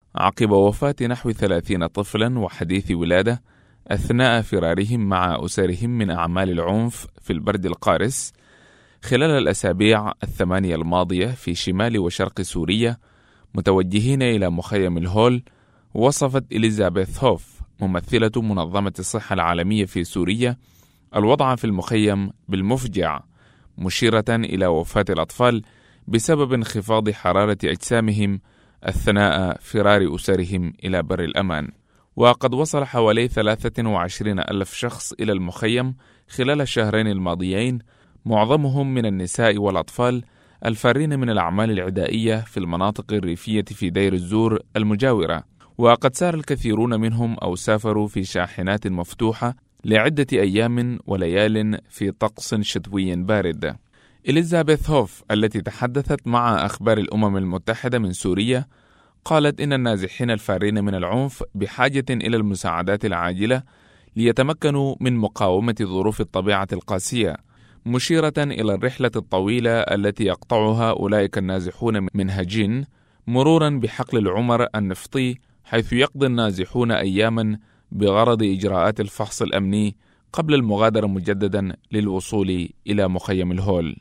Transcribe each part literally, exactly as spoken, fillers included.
عقب وفاة نحو ثلاثين طفلا وحديث ولادة أثناء فرارهم مع أسرهم من أعمال العنف في البرد القارس خلال الأسابيع الثمانية الماضية في شمال وشرق سوريا متوجهين إلى مخيم الهول. وصفت إليزابيث هوف ممثلة منظمة الصحة العالمية في سوريا الوضع في المخيم بالمفجع، مشيرة إلى وفاة الأطفال بسبب انخفاض حرارة أجسامهم أثناء فرار أسرهم إلى بر الأمان. وقد وصل حوالي ثلاثة وعشرين ألف شخص إلى المخيم خلال الشهرين الماضيين، معظمهم من النساء والأطفال الفارين من الأعمال العدائية في المناطق الريفية في دير الزور المجاورة. وقد سار الكثيرون منهم أو سافروا في شاحنات مفتوحة لعدة أيام وليال في طقس شتوي بارد. إليزابيث هوف التي تحدثت مع أخبار الأمم المتحدة من سوريا قالت إن النازحين الفارين من العنف بحاجة إلى المساعدات العاجلة ليتمكنوا من مقاومة ظروف الطبيعة القاسية، مشيرة إلى الرحلة الطويلة التي يقطعها أولئك النازحون من هجين مرورا بحقل العمر النفطي، حيث يقضي النازحون أياما بغرض إجراءات الفحص الأمني قبل المغادرة مجددا للوصول إلى مخيم الهول.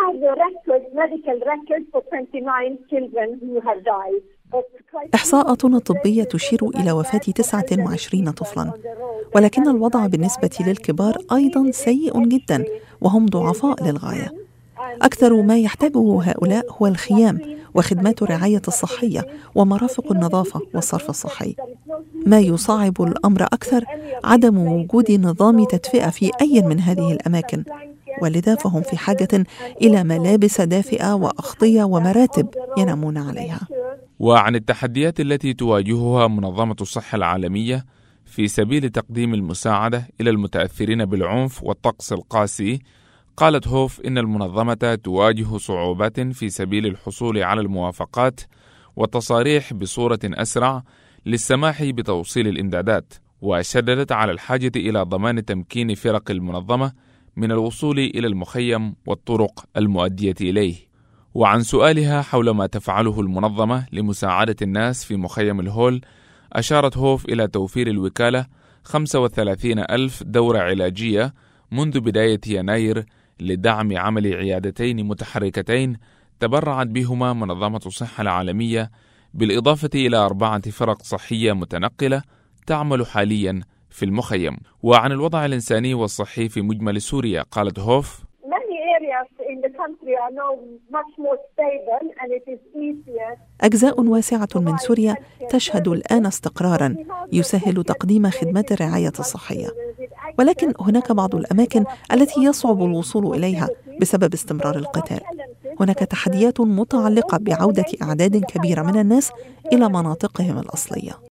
إحصاءاتنا الطبية تشير إلى وفاة تسعة وعشرين طفلا، ولكن الوضع بالنسبة للكبار أيضا سيء جدا وهم ضعفاء للغاية. أكثر ما يحتاجه هؤلاء هو الخيام وخدمات الرعاية الصحية ومرافق النظافة والصرف الصحي. ما يصعب الأمر أكثر عدم وجود نظام تدفئة في أي من هذه الأماكن، ولذا فهم في حاجة إلى ملابس دافئة وأغطية ومراتب ينامون عليها. وعن التحديات التي تواجهها منظمة الصحة العالمية في سبيل تقديم المساعدة إلى المتأثرين بالعنف والطقس القاسي، قالت هوف إن المنظمة تواجه صعوبات في سبيل الحصول على الموافقات والتصاريح بصورة أسرع للسماح بتوصيل الإمدادات، وشددت على الحاجة إلى ضمان تمكين فرق المنظمة من الوصول إلى المخيم والطرق المؤدية إليه. وعن سؤالها حول ما تفعله المنظمة لمساعدة الناس في مخيم الهول، أشارت هوف إلى توفير الوكالة خمسة وثلاثين ألف دورة علاجية منذ بداية يناير لدعم عمل عيادتين متحركتين تبرعت بهما منظمة الصحة العالمية، بالإضافة إلى أربعة فرق صحية متنقلة تعمل حاليا في المخيم. وعن الوضع الإنساني والصحي في مجمل سوريا قالت هوف: أجزاء واسعة من سوريا تشهد الآن استقرارا يسهل تقديم خدمات الرعاية الصحية، ولكن هناك بعض الأماكن التي يصعب الوصول إليها بسبب استمرار القتال. هناك تحديات متعلقة بعودة أعداد كبيرة من الناس إلى مناطقهم الأصلية.